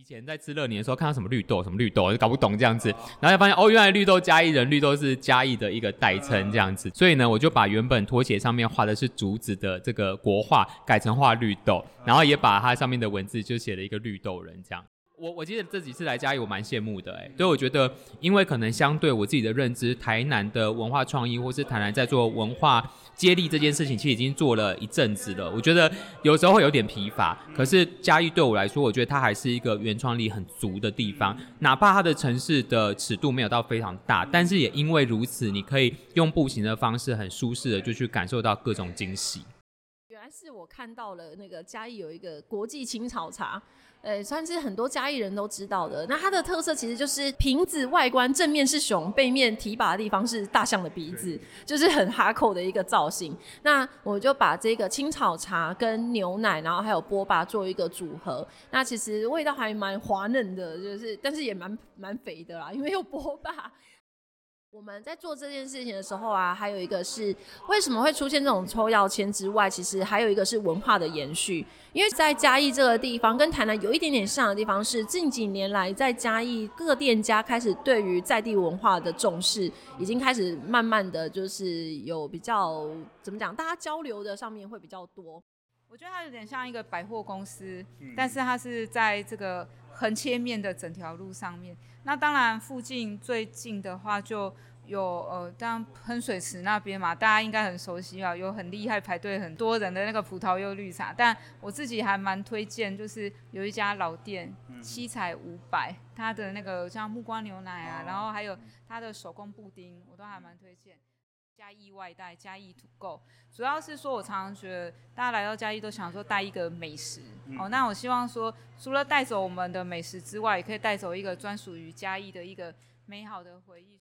前在吃热年的时候看到什么绿豆什么绿豆就搞不懂这样子，然后就发现哦，原来绿豆嘉义人，绿豆是嘉义的一个代称这样子，所以呢我就把原本拖鞋上面画的是竹子的这个国画改成画绿豆，然后也把它上面的文字就写了一个绿豆人这样。我记得这几次来嘉义我蛮羡慕的所以我觉得因为可能相对我自己的认知，台南的文化创意或是台南在做文化接力这件事情其实已经做了一阵子了，我觉得有时候会有点疲乏，可是嘉义对我来说我觉得它还是一个原创力很足的地方，哪怕它的城市的尺度没有到非常大，但是也因为如此你可以用步行的方式很舒适的就去感受到各种惊喜。 原来是我看到了那个嘉义有一个国际青草茶，算是很多嘉义人都知道的。那它的特色其实就是瓶子外观正面是熊，背面提拔的地方是大象的鼻子，就是很哈扣的一个造型。那我就把这个青草茶跟牛奶，然后还有波霸做一个组合。那其实味道还蛮滑嫩的，就是但是也蛮肥的啦，因为有波霸。我们在做这件事情的时候啊，还有一个是为什么会出现这种抽药签之外，其实还有一个是文化的延续。因为在嘉义这个地方跟台南有一点点像的地方是，近几年来在嘉义各个店家开始对于在地文化的重视，已经开始慢慢的就是有比较怎么讲，大家交流的上面会比较多。 我觉得它有点像一个百货公司，但是它是在这个横切面的整条路上面。那当然附近最近的话就有当然喷水池那边嘛，大家应该很熟悉吧，有很厉害排队很多人的那个葡萄柚绿茶。但我自己还蛮推荐，就是有一家老店七彩500，它的那个像木瓜牛奶啊，然后还有它的手工布丁，我都还蛮推荐。嘉义外带，嘉义土购，主要是说我常常觉得大家来到嘉义都想说带一个美食那我希望说除了带走我们的美食之外，也可以带走一个专属于嘉义的一个美好的回忆。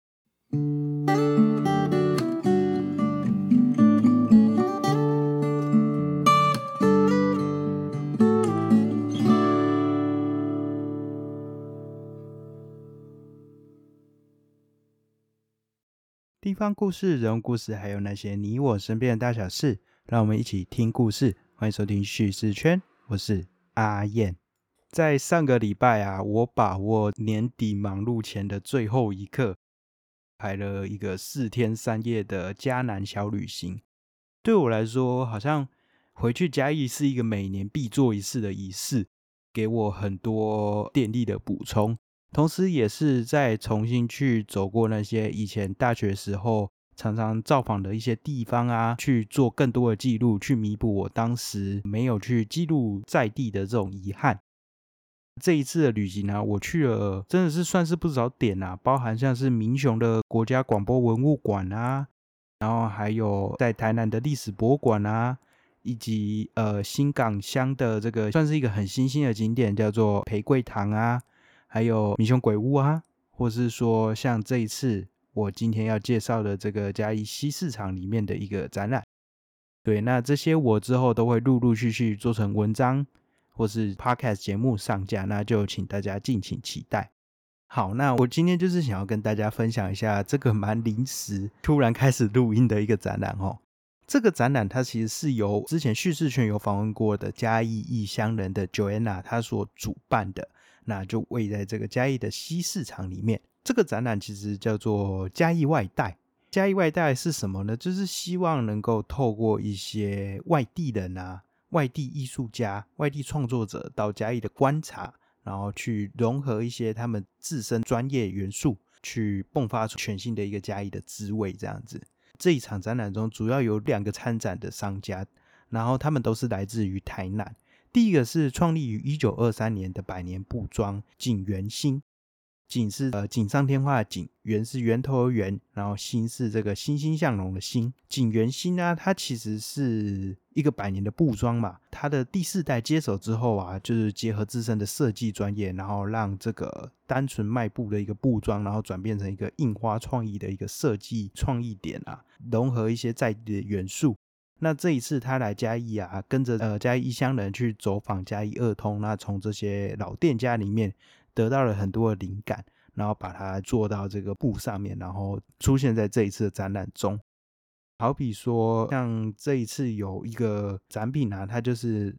地方故事、人物故事，还有那些你我身边的大小事，让我们一起听故事。欢迎收听叙事圈，我是阿燕。在上个礼拜啊，我把握年底忙碌前的最后一刻，排了一个4天3夜的嘉南小旅行。对我来说，好像回去嘉义是一个每年必做一次的仪式，给我很多电力的补充。同时也是在重新去走过那些以前大学时候常常造访的一些地方啊，去做更多的记录，去弥补我当时没有去记录在地的这种遗憾。这一次的旅行啊，我去了真的是算是不少点啊，包含像是民雄的国家广播文物馆啊，然后还有在台南的历史博物馆啊，以及新港乡的这个算是一个很新兴的景点，叫做培贵堂啊，还有民雄鬼屋啊，或是说像这一次我今天要介绍的这个嘉义西市场里面的一个展览。对，那这些我之后都会陆陆续续做成文章或是 podcast 节目上架，那就请大家敬请期待。好，那我今天就是想要跟大家分享一下这个蛮临时突然开始录音的一个展览这个展览它其实是由之前叙事圈有访问过的嘉义异乡人的 Joanna 她所主办的，那就位在这个嘉义的西市场里面。这个展览其实叫做嘉义外带。嘉义外带是什么呢？就是希望能够透过一些外地人啊、外地艺术家、外地创作者到嘉义的观察，然后去融合一些他们自身专业元素，去迸发出全新的一个嘉义的滋味这样子。这一场展览中主要有2个参展的商家，然后他们都是来自于台南。第一个是创立于1923年的百年布庄景元兴，景是锦上添花的景，源是源头的源，然后兴是这个欣欣向荣的欣。景元兴啊，它其实是一个100年的布庄嘛，它的第4代接手之后啊，就是结合自身的设计专业，然后让这个单纯卖布的一个布庄，然后转变成一个印花创意的一个设计创意点啊，融合一些在地的元素。那这一次他来嘉义啊，跟着嘉义异乡人去走访嘉义二通，那从这些老店家里面得到了很多的灵感，然后把它做到这个布上面，然后出现在这一次的展览中。好比说像这一次有一个展品啊，它就是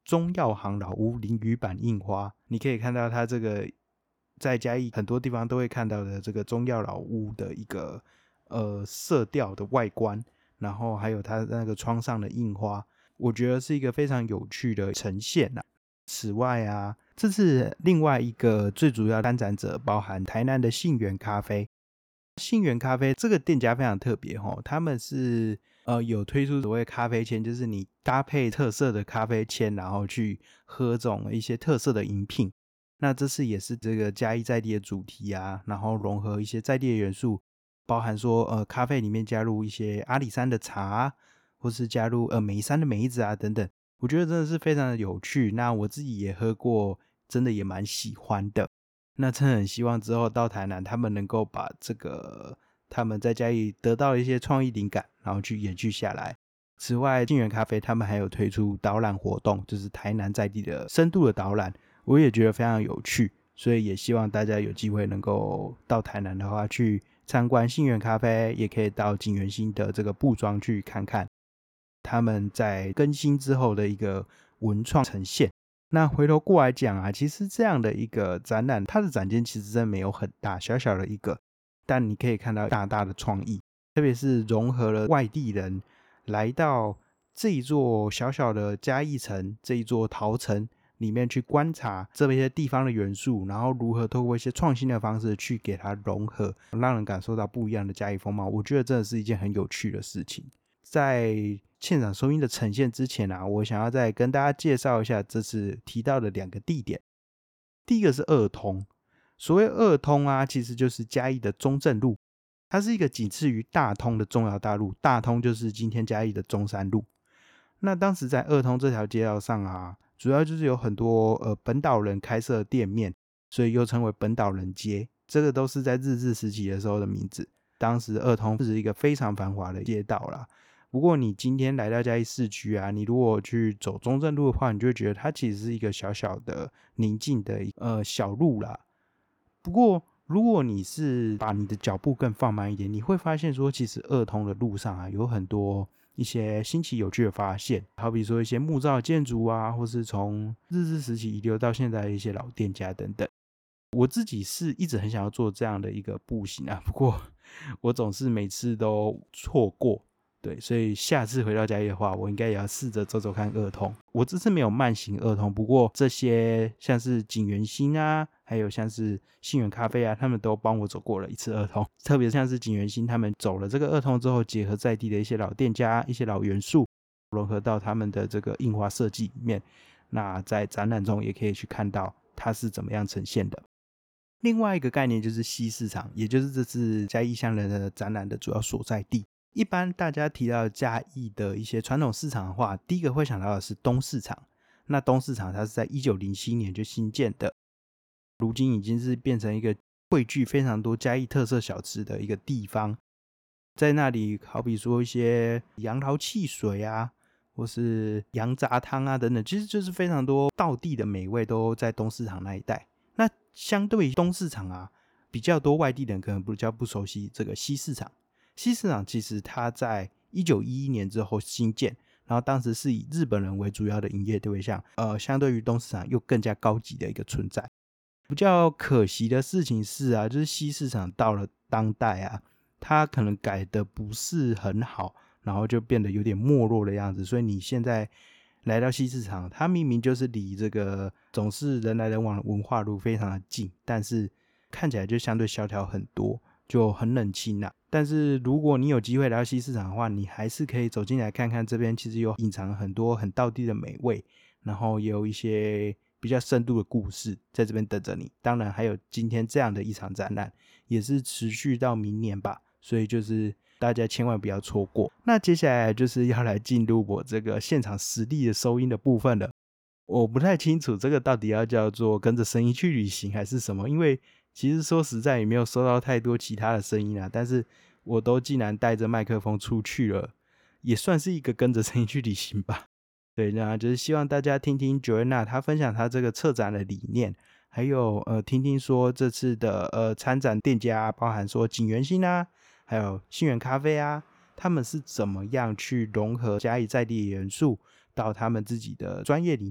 中药行老屋淋雨版印花，你可以看到它这个在嘉义很多地方都会看到的这个中药老屋的一个色调的外观，然后还有它那个窗上的印花，我觉得是一个非常有趣的呈现啊。此外啊，这次另外一个最主要参展者包含台南的信源咖啡。信源咖啡这个店家非常特别齁，他们是有推出所谓咖啡签，就是你搭配特色的咖啡签，然后去喝这种一些特色的饮品。那这次也是这个嘉义在地的主题啊，然后融合一些在地的元素，包含说咖啡里面加入一些阿里山的茶，或是加入梅山的梅子啊等等，我觉得真的是非常的有趣。那我自己也喝过，真的也蛮喜欢的。那真的很希望之后到台南，他们能够把这个他们在嘉义得到的一些创意灵感，然后去延续下来。此外，信源咖啡他们还有推出导览活动，就是台南在地的深度的导览，我也觉得非常有趣，所以也希望大家有机会能够到台南的话去参观信源咖啡，也可以到景元兴的这个布庄去看看他们在更新之后的一个文创呈现。那回头过来讲啊，其实这样的一个展览，它的展间其实真的没有很大，小小的一个，但你可以看到大大的创意，特别是融合了外地人来到这一座小小的嘉义城，这一座陶城里面去观察这些地方的元素，然后如何透过一些创新的方式去给它融合，让人感受到不一样的嘉义风貌。我觉得真的是一件很有趣的事情。在现场收音的呈现之前啊，我想要再跟大家介绍一下这次提到的2个地点。第一个是二通，所谓二通啊，其实就是嘉义的中正路，它是一个仅次于大通的重要大路，大通就是今天嘉义的中山路。那当时在二通这条街道上啊，主要就是有很多本岛人开设的店面，所以又称为本岛人街，这个都是在日治时期的时候的名字。当时二通是一个非常繁华的街道啦。不过你今天来到嘉义市区啊，你如果去走中正路的话，你就会觉得它其实是一个小小的宁静的小路啦。不过如果你是把你的脚步更放慢一点，你会发现说其实二通的路上啊，有很多一些新奇有趣的发现，好比说一些木造建筑啊，或是从日治时期遗留到现在的一些老店家等等。我自己是一直很想要做这样的一个步行啊，不过我总是每次都错过。对，所以下次回到嘉义的话，我应该也要试着走走看二通。我这次没有慢行二通，不过这些像是景元兴啊，还有像是信源咖啡啊，他们都帮我走过了一次二通。特别像是景元兴，他们走了这个二通之后，结合在地的一些老店家、一些老元素，融合到他们的这个印花设计里面。那在展览中也可以去看到它是怎么样呈现的。另外一个概念就是西市场，也就是这次嘉义乡人的展览的主要所在地。一般大家提到嘉义的一些传统市场的话，第一个会想到的是东市场。那东市场它是在1907年就新建的，如今已经是变成一个汇聚非常多嘉义特色小吃的一个地方。在那里好比说一些杨桃汽水啊，或是羊杂汤啊等等，其实就是非常多道地的美味都在东市场那一带。那相对于东市场啊，比较多外地人可能比较不熟悉这个西市场。西市场其实它在1911年之后新建，然后当时是以日本人为主要的营业对象，相对于东市场又更加高级的一个存在。比较可惜的事情是啊，就是西市场到了当代啊，它可能改的不是很好，然后就变得有点没落的样子。所以你现在来到西市场，它明明就是离这个总是人来人往的文化路非常的近，但是看起来就相对萧条很多，就很冷清啊。但是如果你有机会来到西市场的话，你还是可以走进来看看，这边其实有隐藏很多很道地的美味，然后也有一些比较深度的故事在这边等着你。当然还有今天这样的一场展览，也是持续到明年吧，所以就是大家千万不要错过。那接下来就是要来进入我这个现场实地的收音的部分了。我不太清楚这个到底要叫做跟着声音去旅行还是什么，因为其实说实在也没有收到太多其他的声音啊，但是我都既然带着麦克风出去了，也算是一个跟着声音去旅行吧。对，那就是希望大家听听 Joanna 她分享她这个策展的理念，还有听听说这次的参展店家包含说景元兴啊，还有信源咖啡啊，他们是怎么样去融合嘉义在地的元素到他们自己的专业里面，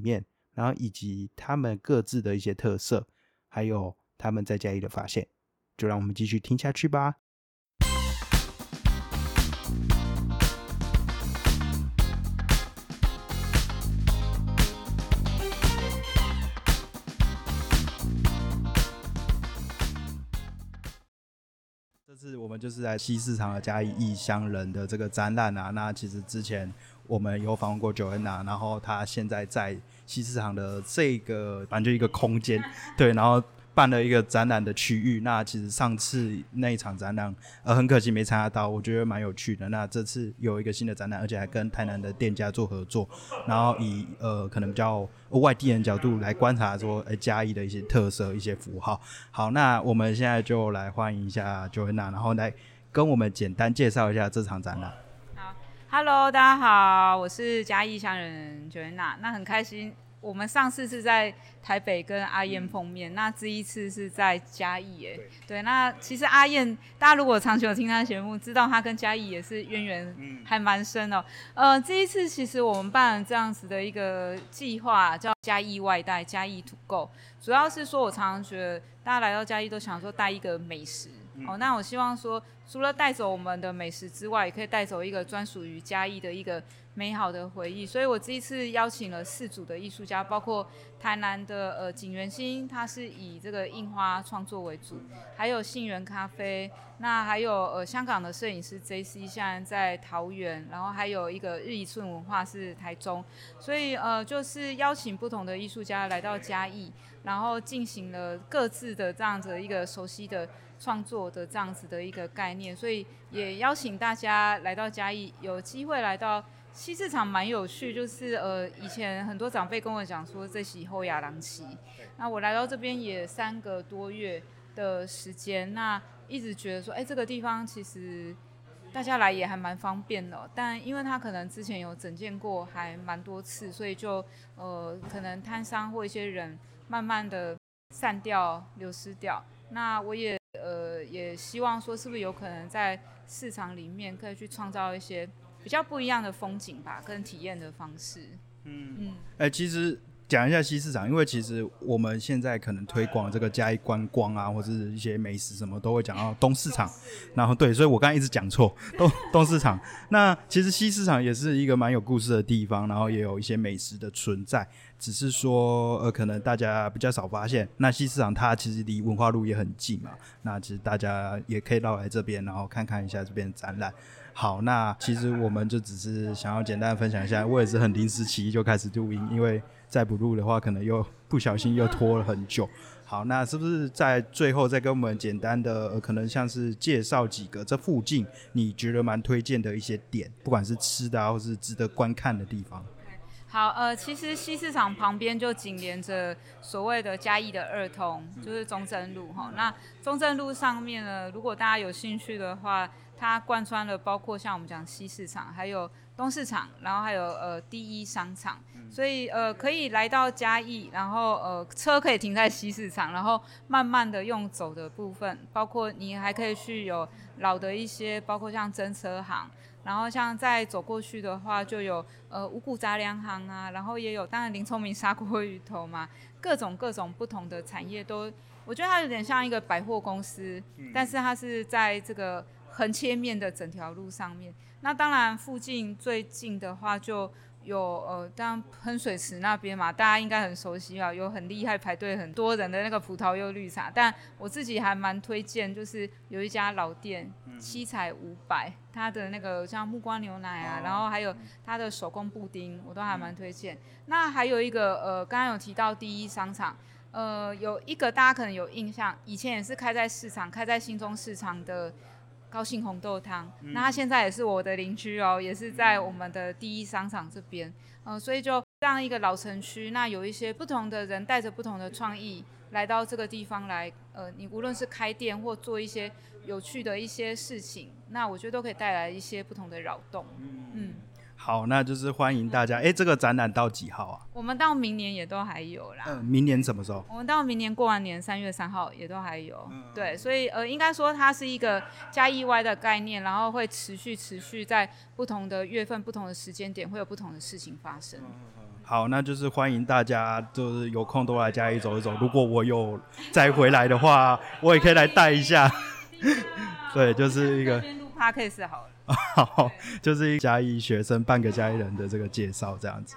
然后以及他们各自的一些特色，还有他们在嘉义的发现，就让我们继续听下去吧。这次我们就是在西市场的嘉义异乡人的这个展览啊，那其实之前我们有访问过 Joanna， 然后她现在在西市场的这个反正就一个空间，对，然后办了一个展览的区域。那其实上次那一场展览很可惜没参加到，我觉得蛮有趣的。那这次有一个新的展览，而且还跟台南的店家做合作，然后以可能比较外地人角度来观察说嘉义的一些特色一些符号。好，那我们现在就来欢迎一下 Joanna， 然后来跟我们简单介绍一下这场展览。 好 ，Hello， 大家好，我是嘉义乡人 Joanna， 那很开心。我们上次是在台北跟阿燕碰面，那这一次是在嘉义耶。对，那其实阿燕，大家如果长期有听他的节目，知道他跟嘉义也是渊源还蛮深哦。这一次其实我们办了这样子的一个计划，叫嘉义外带，嘉义土购，主要是说我常常觉得大家来到嘉义都想说带一个美食。那我希望说，除了带走我们的美食之外，也可以带走一个专属于嘉义的一个美好的回忆。所以我这一次邀请了4组的艺术家，包括台南的景元星，他是以这个印花创作为主，还有杏源咖啡，那还有香港的摄影师 JC 现在在桃园，然后还有一个日一寸文化是台中，所以就是邀请不同的艺术家来到嘉义，然后进行了各自的这样子的一个熟悉的创作的这样子的一个概念，所以也邀请大家来到嘉义，有机会来到西市场蛮有趣，就是以前很多长辈跟我讲说这是后亚郎期，那我来到这边也3个多月的时间，那一直觉得说，这个地方其实大家来也还蛮方便的，但因为他可能之前有整建过还蛮多次，所以就可能摊商或一些人慢慢的散掉、流失掉。那我也希望说，是不是有可能在市场里面可以去创造一些比较不一样的风景吧，跟体验的方式。 其实讲一下西市场，因为其实我们现在可能推广这个嘉义观光啊，或是一些美食什么都会讲到东市场，然后对，所以我刚才一直讲错，东市场。那其实西市场也是一个蛮有故事的地方，然后也有一些美食的存在，只是说可能大家比较少发现。那西市场它其实离文化路也很近嘛，那其实大家也可以绕来这边，然后看看一下这边的展览。好，那其实我们就只是想要简单分享一下，我也是很临时起意就开始录音，因为再不录的话可能又不小心又拖了很久。好，那是不是在最后再跟我们简单的可能像是介绍几个这附近你觉得蛮推荐的一些点，不管是吃的或是值得观看的地方。 好，其实西市场旁边就紧连着所谓的嘉义的二通，就是中正路哈。那中正路上面呢，如果大家有兴趣的话，它贯穿了包括像我们讲西市场，还有东市场，然后还有第一商场，所以可以来到嘉义，然后车可以停在西市场，然后慢慢的用走的部分，包括你还可以去有老的一些，包括像真车行。然后像再走过去的话，就有五谷杂粮行啊，然后也有当然林聪明砂锅鱼头嘛，各种不同的产业都，我觉得它有点像一个百货公司，但是它是在这个横切面的整条路上面。那当然附近最近的话就有当然喷水池那边嘛，大家应该很熟悉啊，有很厉害排队很多人的那个葡萄柚绿茶，但我自己还蛮推荐，就是有一家老店七彩500，它的那个像木瓜牛奶啊，然后还有它的手工布丁，我都还蛮推荐。那还有一个刚刚有提到第一商场，有一个大家可能有印象，以前也是开在新中市场的高兴红豆汤，那他现在也是我的邻居哦，也是在我们的第一商场这边，所以就这样一个老城区，那有一些不同的人带着不同的创意来到这个地方来，你无论是开店或做一些有趣的一些事情，那我觉得都可以带来一些不同的扰动。 好，那就是欢迎大家。这个展览到几号啊？ 我们到明年也都还有啦。 明年什么时候？ 我们到明年过完年3月3号也都还有。对，所以应该说它是一个嘉义外的概念，然后会持续在不同的月份、不同的时间点会有不同的事情发生。 好，那就是欢迎大家就是有空都来嘉义走一走，如果我有再回来的话我也可以来带一下对，就是一个先录 podcast 好了好，就是嘉义学生半个嘉义人的这个介绍这样子。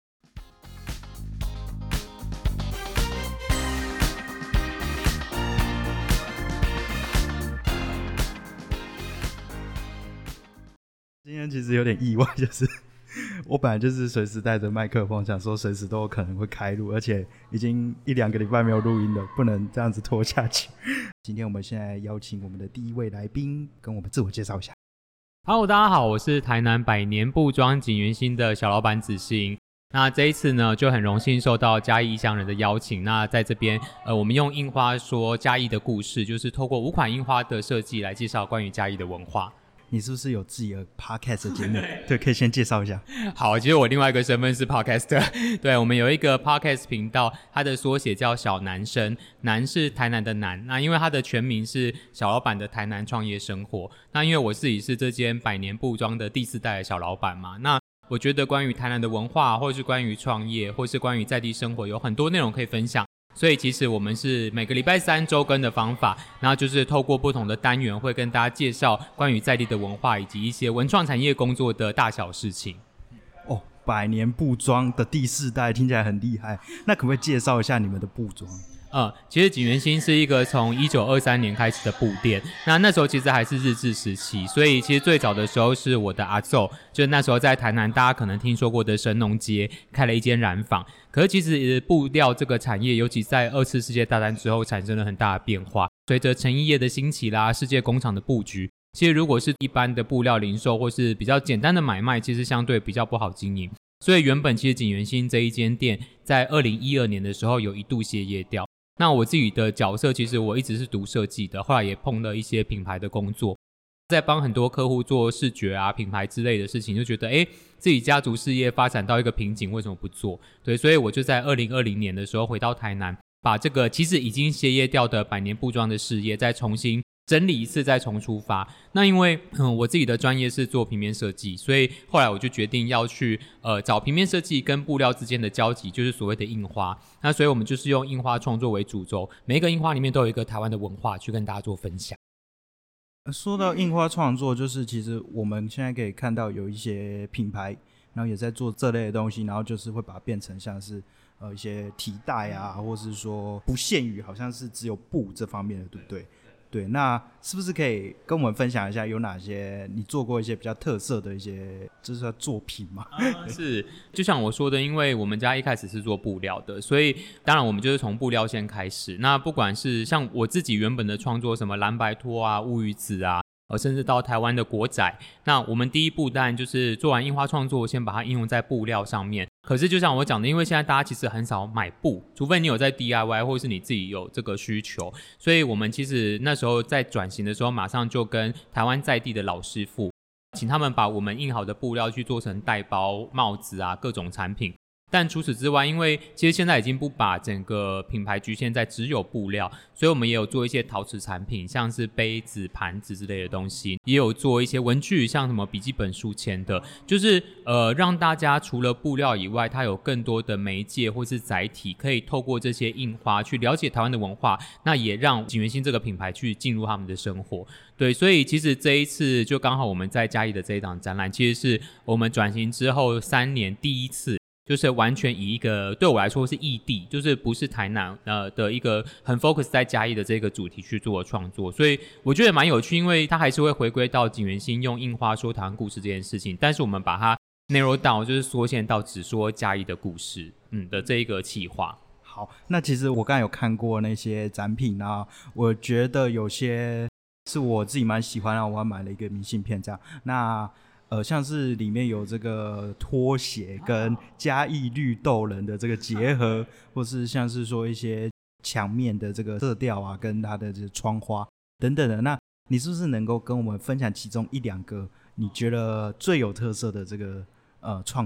今天其实有点意外，就是我本来就是随时带着麦克风，想说随时都有可能会开录，而且已经1-2个礼拜没有录音了，不能这样子拖下去。今天我们现在邀请我们的第一位来宾跟我们自我介绍一下。 Hello， 大家好，我是台南百年布庄锦源兴的小老板子兴。那这一次呢，就很荣幸受到嘉义异乡人的邀请。那在这边，我们用印花说嘉义的故事，就是透过5款印花的设计来介绍关于嘉义的文化。 你是不是有自己的 podcast 的节目？对，可以先介绍一下。 好，其实我另外一个身份是 podcaster。对，我们有一个 podcast 频道，它的缩写叫小南生，南是台南的南。那因为它的全名是小老板的台南创业生活。那因为我自己是这间百年布庄的第4代的小老板嘛，那我觉得关于台南的文化，或是关于创业，或是关于在地生活，有很多内容可以分享。所以其实我们是每个礼拜3周更的方法，然后就是透过不同的单元会跟大家介绍关于在地的文化以及一些文创产业工作的大小事情。 哦，百年布庄的第4代听起来很厉害，那可不可以介绍一下你们的布庄？ 其实锦源兴是一个从1923年开始的布店，那时候其实还是日治时期，所以其实最早的时候是我的阿祖，就是那时候在台南大家可能听说过的神农街开了一间染坊。可是其实布料这个产业，尤其在2次世界大战之后产生了很大的变化，随着成衣业的兴起啦，世界工厂的布局，其实如果是一般的布料零售或是比较简单的买卖，其实相对比较不好经营。所以原本其实锦源兴这一间店在2012年的时候有一度歇业掉。那我自己的角色，其实我一直是读设计的，后来也碰了一些品牌的工作，在帮很多客户做视觉啊、品牌之类的事情，就觉得自己家族事业发展到一个瓶颈，为什么不做？对，所以我就在2020年的时候回到台南，把这个其实已经歇业掉的百年布庄的事业再重新整理一次，再重出发。那因为我自己的专业是做平面设计，所以后来我就决定要去找平面设计跟布料之间的交集，就是所谓的印花。那所以我们就是用印花创作为主轴，每一个印花里面都有一个台湾的文化去跟大家做分享。 说到印花创作，就是其实我们现在可以看到有一些品牌，然后也在做这类的东西，然后就是会把它变成像是一些提袋啊，或是说不限于好像是只有布这方面的，对不对？对，那是不是可以跟我们分享一下有哪些你做过一些比较特色的一些就是作品吗？ 是，就像我说的，因为我们家一开始是做布料的，所以当然我们就是从布料先开始。那不管是像我自己原本的创作，什么蓝白拖啊、乌鱼子啊，甚至到台湾的国仔，那我们第一步当然就是做完印花创作，先把它应用在布料上面。可是就像我讲的，因为现在大家其实很少买布，除非你有在 DIY 或是你自己有这个需求，所以我们其实那时候在转型的时候，马上就跟台湾在地的老师傅，请他们把我们印好的布料去做成袋包、帽子啊，各种产品。但除此之外，因为其实现在已经不把整个品牌局限在只有布料，所以我们也有做一些陶瓷产品，像是杯子、盘子之类的东西，也有做一些文具，像什么笔记本、书签的，就是让大家除了布料以外，它有更多的媒介或是载体，可以透过这些印花去了解台湾的文化，那也让锦源兴这个品牌去进入他们的生活。对，所以其实这一次就刚好我们在嘉义的这一档展览，其实是我们转型之后3年第一次，就是完全以一个对我来说是异地，就是不是台南的一个很 focus 在嘉义的这个主题去做创作，所以我觉得蛮有趣，因为它还是会回归到锦源兴用印花说台湾故事这件事情，但是我们把它 narrow down， 就是缩限到只说嘉义的故事的这一个企划。 好，那其实我刚才有看过那些展品啊，我觉得有些是我自己蛮喜欢的，我还买了一个明信片这样。那像是里面有这个拖鞋跟嘉义绿豆人的这个结合，或是像是说一些墙面的这个色调啊，跟它的这个窗花等等的，那你是不是能够跟我们分享其中1-2个你觉得最有特色的这个创作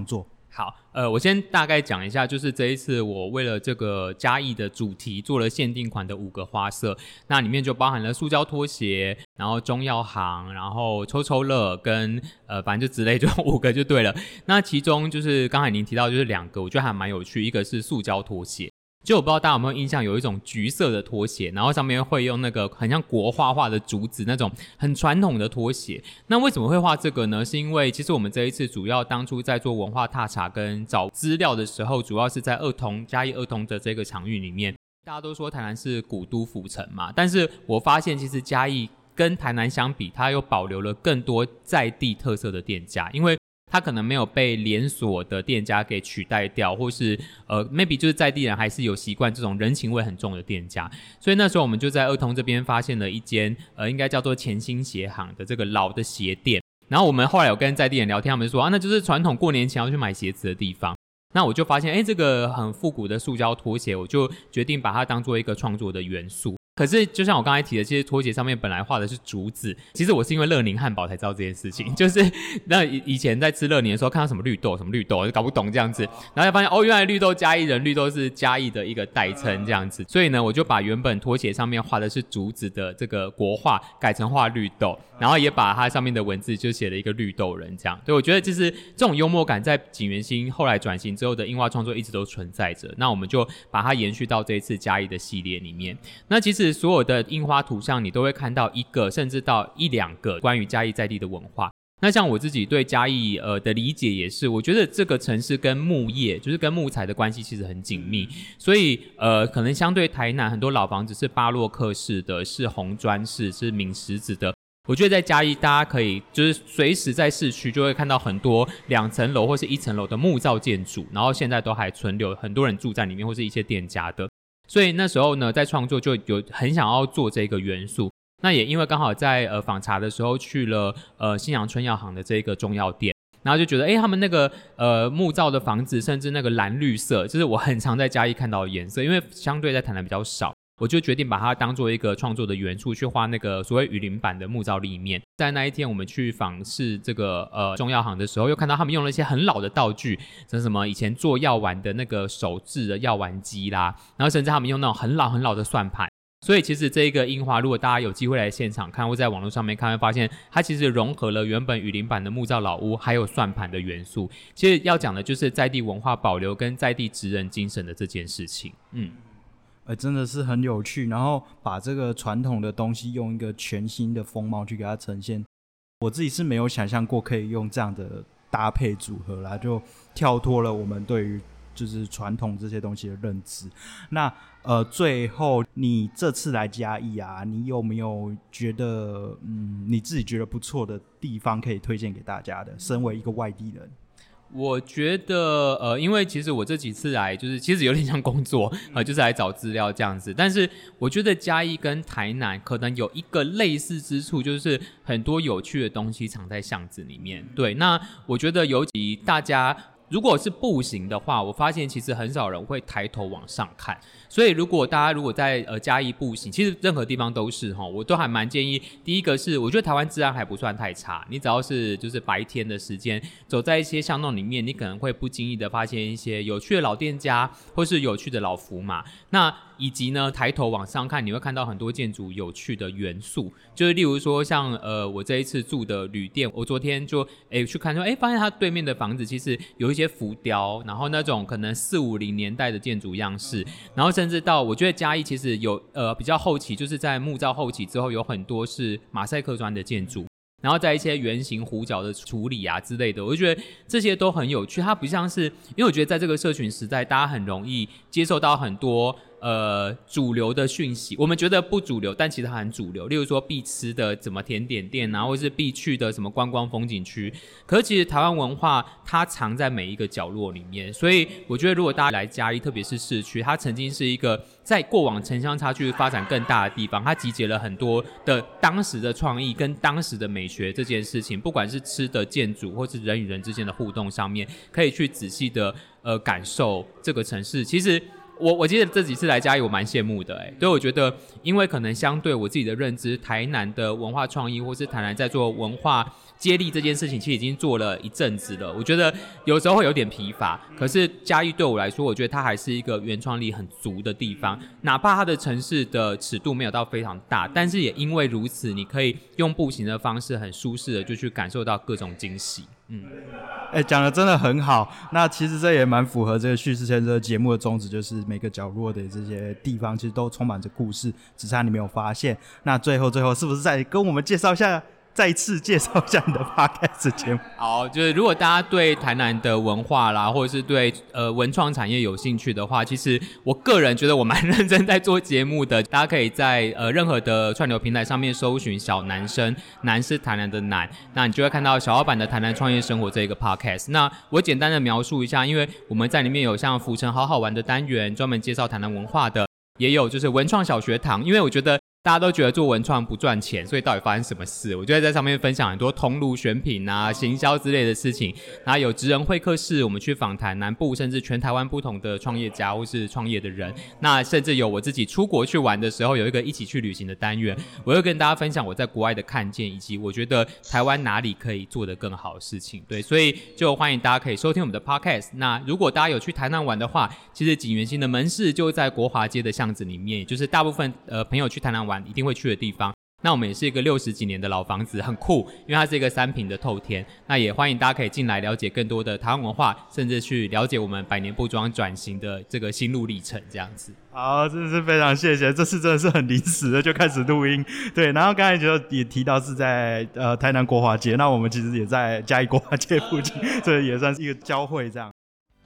好，我先大概讲一下，就是这一次我为了这个嘉义的主题做了限定款的5个花色，那里面就包含了塑胶拖鞋，然后中药行，然后抽抽乐跟反正就之类就5个就对了。那其中就是刚才您提到就是2个，我觉得还蛮有趣，一个是塑胶拖鞋。就我不知道大家有没有印象，有一种橘色的拖鞋，然后上面会用那个很像国画的竹子那种很传统的拖鞋。那为什么会画这个呢？是因为其实我们这一次主要当初在做文化踏查跟找资料的时候，主要是在嘉义二通的这个场域里面。大家都说台南是古都府城嘛，但是我发现其实嘉义跟台南相比，它又保留了更多在地特色的店家，因为它可能没有被连锁的店家给取代掉，或是maybe 就是在地人还是有习惯这种人情味很重的店家，所以那时候我们就在二通这边发现了一间应该叫做前兴鞋行的这个老的鞋店，然后我们后来有跟在地人聊天，他们说那就是传统过年前要去买鞋子的地方。那我就发现这个很复古的塑胶拖鞋，我就决定把它当做一个创作的元素。可是就像我刚才提的，其实拖鞋上面本来画的是竹子，其实我是因为乐宁汉堡才知道这件事情，就是那以前在吃乐宁的时候看到什么绿豆就搞不懂这样子，然后才发现原来绿豆嘉义人，绿豆是嘉义的一个代称这样子，所以呢我就把原本拖鞋上面画的是竹子的这个国画改成画绿豆，然后也把它上面的文字就写了一个绿豆人这样。对，我觉得就是这种幽默感在锦源兴后来转型之后的印花创作一直都存在着，那我们就把它延续到这一次嘉义的系列里面。那其实所有的印花图像你都会看到1个甚至到1-2个关于嘉义在地的文化。那像我自己对嘉义的理解也是，我觉得这个城市跟木业就是跟木材的关系其实很紧密，所以可能相对台南很多老房子是巴洛克式的，是红砖式，是抿石子的，我觉得在嘉义大家可以就是随时在市区就会看到很多2层楼或是1层楼的木造建筑，然后现在都还存留很多人住在里面或是一些店家的，所以那时候呢在创作就有很想要做这个元素。那也因为刚好在访查的时候去了新阳春药行的这个中药店，然后就觉得他们那个木造的房子甚至那个蓝绿色就是我很常在嘉义看到的颜色，因为相对在台南比较少，我就决定把它当做一个创作的元素去画那个所谓雨林版的木造立面。在那一天我们去访视这个中药行的时候，又看到他们用了一些很老的道具，像什么以前做药丸的那个手制的药丸机啦，然后甚至他们用那种很老的算盘。所以其实这个樱花如果大家有机会来现场看或在网络上面看，会发现它其实融合了原本雨林版的木造老屋还有算盘的元素。其实要讲的就是在地文化保留跟在地职人精神的这件事情。 真的是很有趣，然后把这个传统的东西用一个全新的风貌去给它呈现，我自己是没有想象过可以用这样的搭配组合啦，就跳脱了我们对于就是传统这些东西的认知。那最后你这次来嘉义啊，你有没有觉得你自己觉得不错的地方可以推荐给大家的，身为一个外地人？ 我觉得因为其实我这几次来就是其实有点像工作就是来找资料这样子，但是我觉得嘉义跟台南可能有一个类似之处，就是很多有趣的东西藏在巷子里面。对，那我觉得尤其大家如果是步行的话，我发现其实很少人会抬头往上看，所以如果大家如果在嘉义步行，其实任何地方都是我都还蛮建议。第一个是我觉得台湾治安还不算太差，你只要是就是白天的时间走在一些巷弄里面，你可能会不经意的发现一些有趣的老店家或是有趣的老福马。那以及呢抬头往上看，你会看到很多建筑有趣的元素，就是例如说像我这一次住的旅店，我昨天就去看说发现它对面的房子其实有一些浮雕，然后那种可能450年代的建筑样式，然后甚至到我觉得嘉义其实有比较后期，就是在木造后期之后有很多是马赛克砖的建筑，然后在一些圆形弧角的处理啊之类的，我就觉得这些都很有趣。它不像是，因为我觉得在这个社群时代，大家很容易接受到很多主流的讯息，我们觉得不主流，但其实它很主流。例如说必吃的什么甜点店啊，或是必去的什么观光风景区。可是其实台湾文化它藏在每一个角落里面，所以我觉得如果大家来嘉义，特别是市区，它曾经是一个在过往城乡差距发展更大的地方，它集结了很多的当时的创意跟当时的美学这件事情，不管是吃的建筑或是人与人之间的互动上面，可以去仔细的感受这个城市。其实我记得这几次来嘉义我蛮羡慕的对，我觉得因为可能相对我自己的认知，台南的文化创意或是台南在做文化接力这件事情其实已经做了一阵子了，我觉得有时候会有点疲乏，可是嘉义对我来说，我觉得它还是一个原创力很足的地方，哪怕它的城市的尺度没有到非常大，但是也因为如此，你可以用步行的方式很舒适的就去感受到各种惊喜。 讲的真的很好。那其实这也蛮符合这个叙事圈这个节目的宗旨，就是每个角落的这些地方其实都充满着故事，只差你没有发现。那最后是不是再跟我们再一次介绍一下你的 podcast 节目？ 好，就是如果大家对台南的文化啦，或者是对文创产业有兴趣的话，其实我个人觉得我蛮认真在做节目的。大家可以在任何的串流平台上面搜寻小男生，南是台南的南，那你就会看到小老板的台南创业生活这个 podcast。那我简单的描述一下，因为我们在里面有像浮城好好玩的单元，专门介绍台南文化的，也有就是文创小学堂，因为我觉得大家都觉得做文创不赚钱，所以到底发生什么事？我就会在上面分享很多通路选品啊、行销之类的事情。然后有职人会客室，我们去访谈南部甚至全台湾不同的创业家或是创业的人。那甚至有我自己出国去玩的时候，有一个一起去旅行的单元，我会跟大家分享我在国外的看见，以及我觉得台湾哪里可以做得更好的事情。对，所以就欢迎大家可以收听我们的 podcast。那如果大家有去台南玩的话，其实景元新的门市就在国华街的巷子里面，也就是大部分朋友去台南玩一定会去的地方。那我们也是一个60几年的老房子，很酷，因为它是一个3坪的透天。那也欢迎大家可以进来了解更多的台湾文化，甚至去了解我们百年布庄转型的这个心路历程这样子。 好，真的是非常谢谢，这次真的是很临时的就开始录音。对，然后刚才就也提到是在台南国华街，那我们其实也在嘉义国华街附近，这也算是一个交汇这样。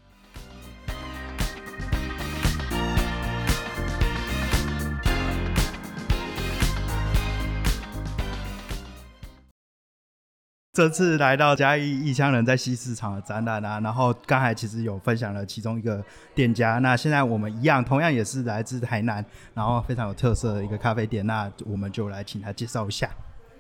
这次来到嘉义异乡人在西市场的展览然后刚才其实有分享了其中一个店家，那现在我们同样也是来自台南，然后非常有特色的一个咖啡店，那我们就来请他介绍一下。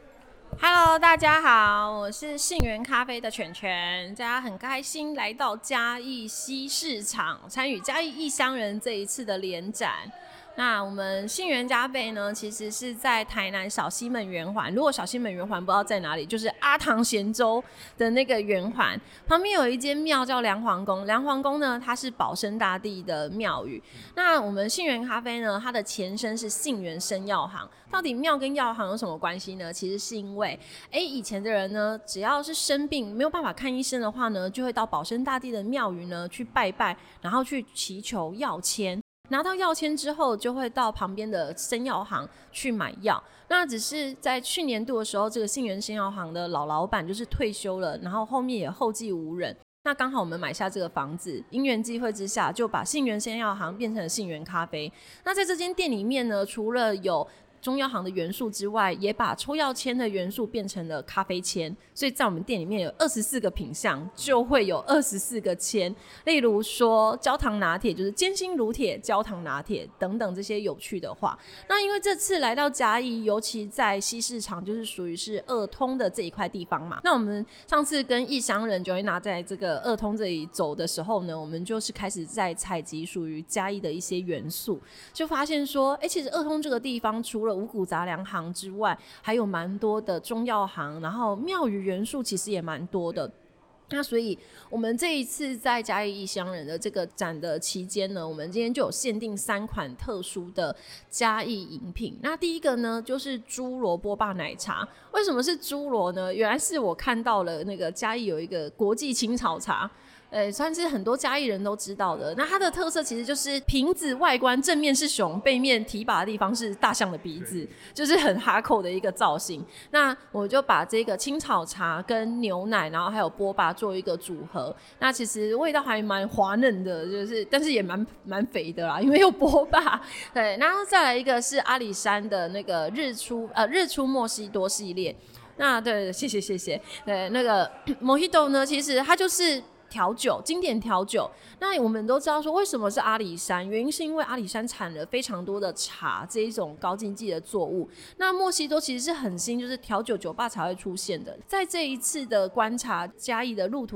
Hello， 大家好，我是信源咖啡的犬犬，大家很开心来到嘉义西市场，参与嘉义异乡人这一次的联展。那我们信源咖啡呢，其实是在台南小西门圆环。如果小西门圆环不知道在哪里，就是阿唐咸粥的那个圆环旁边有一间庙叫梁皇宫。梁皇宫呢，它是保生大帝的庙宇。那我们信源咖啡呢，它的前身是信源生药行。到底庙跟药行有什么关系呢？其实是因为，以前的人呢，只要是生病没有办法看医生的话呢，就会到保生大帝的庙宇呢去拜拜，然后去祈求药签。拿到药签之后，就会到旁边的生药行去买药。那只是在去年度的时候，这个信源生药行的老板就是退休了，然后后面也后继无人。那刚好我们买下这个房子，因缘际会之下，就把信源生药行变成了信源咖啡。那在这间店里面呢，除了有中药行的元素之外，也把抽药签的元素变成了咖啡签，所以在我们店里面有24个品项，就会有24个签。例如说焦糖拿铁就是坚心乳铁、焦糖拿铁等等这些有趣的话。那因为这次来到嘉义，尤其在西市场，就是属于是二通的这一块地方嘛。那我们上次跟异乡人 Joanna 在这个二通这里走的时候呢，我们就是开始在采集属于嘉义的一些元素，就发现说，其实二通这个地方除了五谷杂粮行之外，还有蛮多的中药行，然后庙宇元素其实也蛮多的。那所以我们这一次在嘉义异乡人的这个展的期间呢，我们今天就有限定3款特殊的嘉义饮品。那第一个呢，就是猪萝波霸奶茶。为什么是猪萝呢？原来是我看到了那个嘉义有一个国际青草茶，算是很多嘉义人都知道的。那它的特色其实就是瓶子外观正面是熊，背面提拔的地方是大象的鼻子，就是很哈扣的一个造型。那我就把这个青草茶跟牛奶，然后还有波霸做一个组合。那其实味道还蛮滑嫩的，但是也蛮肥的啦，因为有波霸。对，然后再来一个是阿里山的那个日出墨西多系列。那对，谢谢。对，那个 Mojito 呢，其实它就是调酒，经典调酒。那我们都知道说为什么是阿里山，原因是因为阿里山产了非常多的茶这一种高经济的作物。那墨西多其实是很新，就是调酒酒吧才会出现的。在这一次的观察，嘉义的路途的观察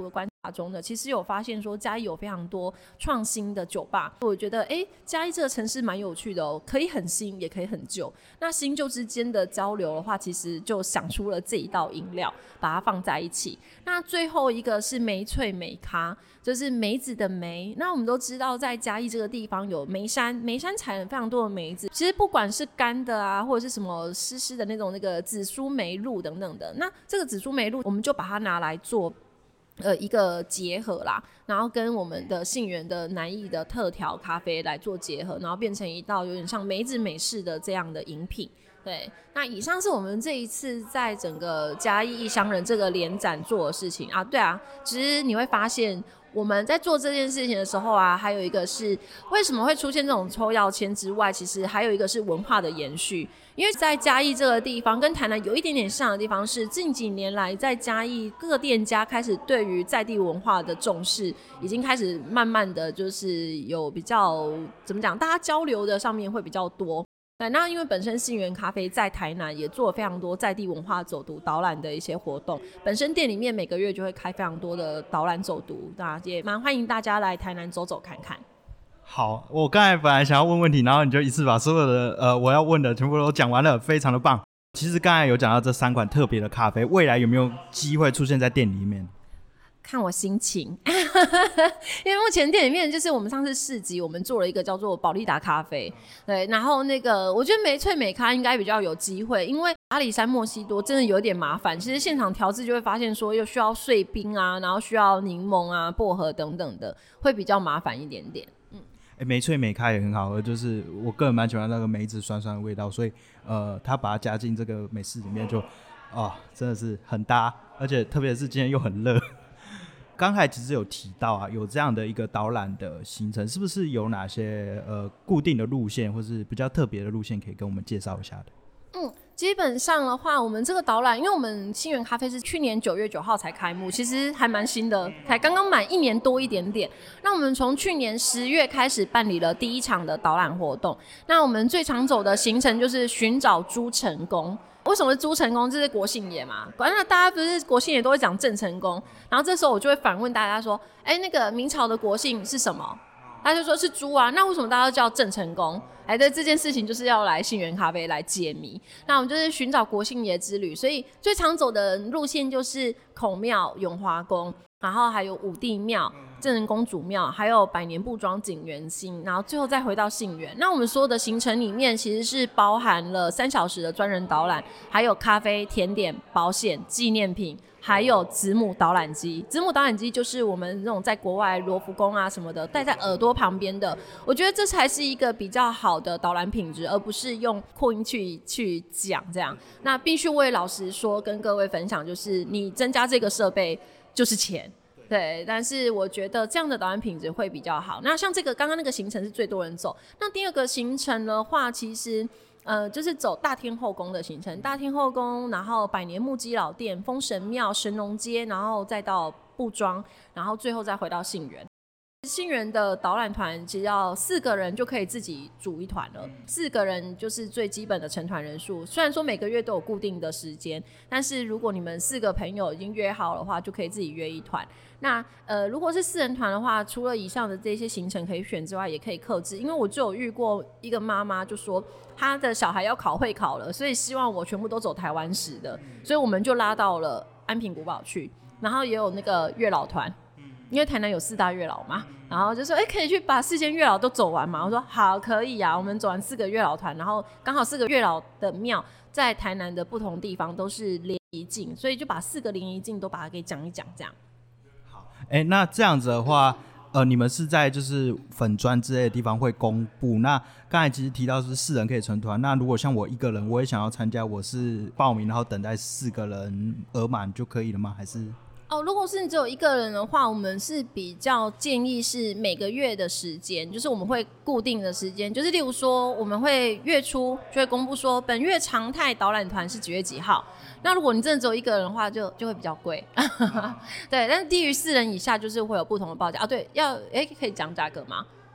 察中呢，其实有发现说嘉义有非常多创新的酒吧，我觉得嘉义这个城市蛮有趣的哦，可以很新也可以很旧，那新旧之间的交流的话，其实就想出了这一道饮料，把它放在一起。那最后一个是梅萃美咖，就是梅子的梅。那我们都知道在嘉义这个地方有梅山，梅山产了非常多的梅子，其实不管是干的啊，或者是什么湿的那种那个紫苏梅露等等的，那这个紫苏梅露我们就把它拿来做一个结合啦，然后跟我们的杏源的南艺的特调咖啡来做结合，然后变成一道有点像梅子美式的这样的饮品。对，那以上是我们这一次在整个嘉义异乡人这个联展做的事情啊。对啊，其实你会发现我们在做这件事情的时候啊，还有一个是为什么会出现这种抽要签之外，其实还有一个是文化的延续。因为在嘉义这个地方跟台南有一点点像的地方是，近几年来在嘉义各个店家开始对于在地文化的重视，已经开始慢慢的就是有比较怎么讲，大家交流的上面会比较多。对，那因为本身杏源咖啡在台南也做了非常多在地文化走读导览的一些活动，本身店里面每个月就会开非常多的导览走读，那也蛮欢迎大家来台南走走看看。 好，我刚才本来想要问问题，然后你就一次把所有的我要问的全部都讲完了，非常的棒。其实刚才有讲到这3款特别的咖啡，未来有没有机会出现在店里面？ 看我心情因为目前店里面就是我们上次市集我们做了一个叫做保利达咖啡，对，然后那个我觉得梅萃美咖应该比较有机会，因为阿里山墨西多真的有点麻烦，其实现场调制就会发现说又需要碎冰啊，然后需要柠檬啊薄荷等等的，会比较麻烦一点点。 梅萃美咖也很好喝，就是我个人蛮喜欢那个梅子酸酸的味道，所以他把它加进这个美式里面就真的是很搭，而且特别是今天又很热。刚才其实有提到啊，有这样的一个导览的行程，是不是有哪些固定的路线，或是比较特别的路线可以跟我们介绍一下的？ 基本上的话，我们这个导览，因为我们杏源咖啡是去年9月9号才开幕，其实还蛮新的，才刚刚满1年多一点点。那我们从去年10月开始办理了第一场的导览活动。那我们最常走的行程就是寻找朱成功。为什么是朱成功？这是国姓爷嘛？那大家不是国姓爷都会讲郑成功，然后这时候我就会反问大家说：那个明朝的国姓是什么？他就说是朱啊，那为什么大家都叫郑成功？对，这件事情就是要来杏源咖啡来解谜。那我们就是寻找国姓爷之旅，所以最常走的路线就是孔庙、永华宫，然后还有武帝庙、正人公主庙，还有百年布庄景元星，然后最后再回到杏源。那我们所有的行程里面其实是包含了3小时的专人导览，还有咖啡、甜点、保险、纪念品，还有子母导览机。子母导览机就是我们那种在国外罗浮宫啊什么的戴在耳朵旁边的，我觉得这才是一个比较好的导览品质，而不是用扩音去讲这样。那必须我也老实说跟各位分享，就是你增加这个设备就是钱，对，但是我觉得这样的导览品质会比较好。那像这个刚刚那个行程是最多人走，那第二个行程的话，其实就是走大天后宫的行程，大天后宫，然后百年木屐老店、丰神庙、神农街，然后再到布庄，然后最后再回到杏源。杏源的导览团只要4个人就可以自己组一团了，4个人就是最基本的成团人数。虽然说每个月都有固定的时间，但是如果你们4个朋友已经约好的话，就可以自己约一团。那如果是4人团的话，除了以上的这些行程可以选之外，也可以客制。因为我就有遇过一个妈妈就说她的小孩要考会考了，所以希望我全部都走台湾史的，所以我们就拉到了安平古堡去，然后也有那个月老团，因为台南有4大月老嘛，然后就说可以去把4间月老都走完嘛。我说好，可以啊，我们走完4个月老团，然后刚好4个月老的庙在台南的不同地方都是联谊境，所以就把4个联谊境都把它给讲一讲这样。 好，那这样子的话你们是在就是粉专之类的地方会公布，那刚才其实提到是4人可以成团，那如果像我1个人我也想要参加，我是报名然后等待4个人额满就可以了吗？还是如果是你只有1个人的话，我们是比较建议是每个月的时间，就是我们会固定的时间，就是例如说我们会月初就会公布说本月常态导览团是几月几号。那如果你真的只有1个人的话就会比较贵对，但是低于4人以下就是会有不同的报价对，可以讲价格吗？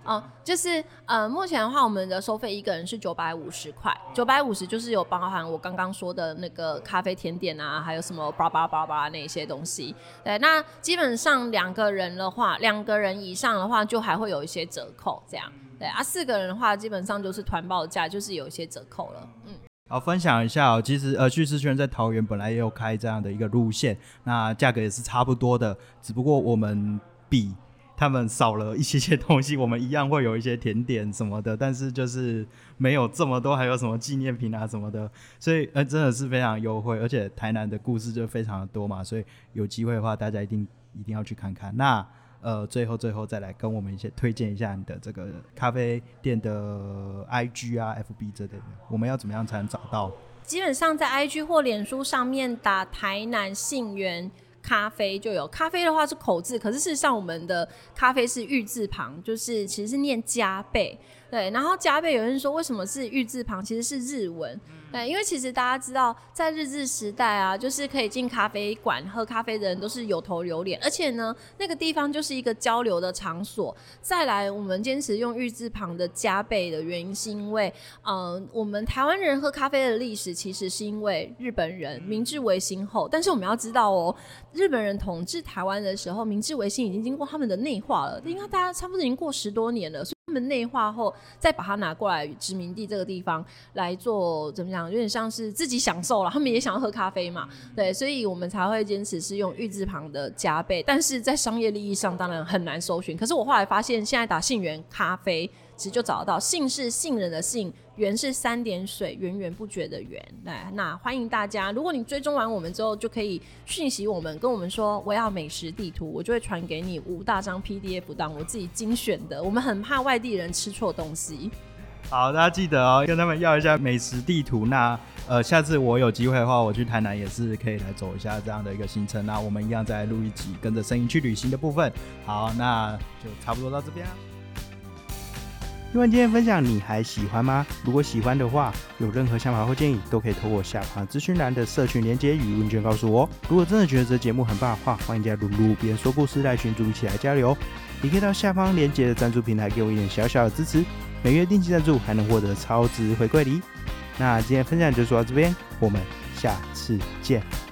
就是目前的话，我们的收费一个人是950块，950就是有包含我刚刚说的那个咖啡甜点啊，还有什么巴拉巴拉那些东西。对，那基本上2个人的话，2个人以上的话，就还会有一些折扣这样。对啊，4个人的话，基本上就是团报价，就是有一些折扣了。 好，分享一下哦。其实叙事圈在桃园本来也有开这样的一个路线，那价格也是差不多的，只不过我们比他们少了一些东西，我们一样会有一些甜点什么的，但是就是没有这么多，还有什么纪念品啊什么的，所以真的是非常优惠，而且台南的故事就非常的多嘛，所以有机会的话，大家一定要去看看。那最后再来跟我们一些推荐一下你的这个咖啡店的 IG 啊 FB 之类的，我们要怎么样才能找到？ 基本上在 IG 或脸书上面打台南信源咖啡就有。咖啡的话是口字，可是事实上我们的咖啡是玉字旁，就是其实是念加倍。对，然后加倍有人说为什么是玉字旁，其实是日文。对，因为其实大家知道在日治时代啊，就是可以进咖啡馆喝咖啡的人都是有头有脸，而且呢那个地方就是一个交流的场所。再来我们坚持用玉字旁的加倍的原因是因为我们台湾人喝咖啡的历史其实是因为日本人明治维新后，但是我们要知道哦，日本人统治台湾的时候，明治维新已经经过他们的内化了，应该大家差不多已经过10多年了，所以他们内化后再把它拿过来殖民地这个地方来做怎么讲，有点像是自己享受了，他们也想要喝咖啡嘛，对，所以我们才会坚持是用玉字旁的加倍，但是在商业利益上当然很难搜寻。可是我后来发现现在打信源咖啡其实就找得到，信是信任的信，源是3点水源源不绝的源。那欢迎大家，如果你追踪完我们之后，就可以讯息我们，跟我们说我要美食地图，我就会传给你5大张 PDF 档，我自己精选的。我们很怕外地人吃错东西。 好，大家记得哦，跟他们要一下美食地图。那下次我有机会的话，我去台南也是可以来走一下这样的一个行程。那我们一样再录一集跟着声音去旅行的部分。好，那就差不多到这边啦。听完今天分享你还喜欢吗？如果喜欢的话，有任何想法或建议都可以透过下方资讯栏的社群连结与问卷告诉我。如果真的觉得这节目很棒的话，欢迎加入路边说故事赖群组一起来交流。也可以到下方连结的赞助平台给我一点小小的支持，每月定期赞助还能获得超值回馈礼。那今天分享就说到这边，我们下次见。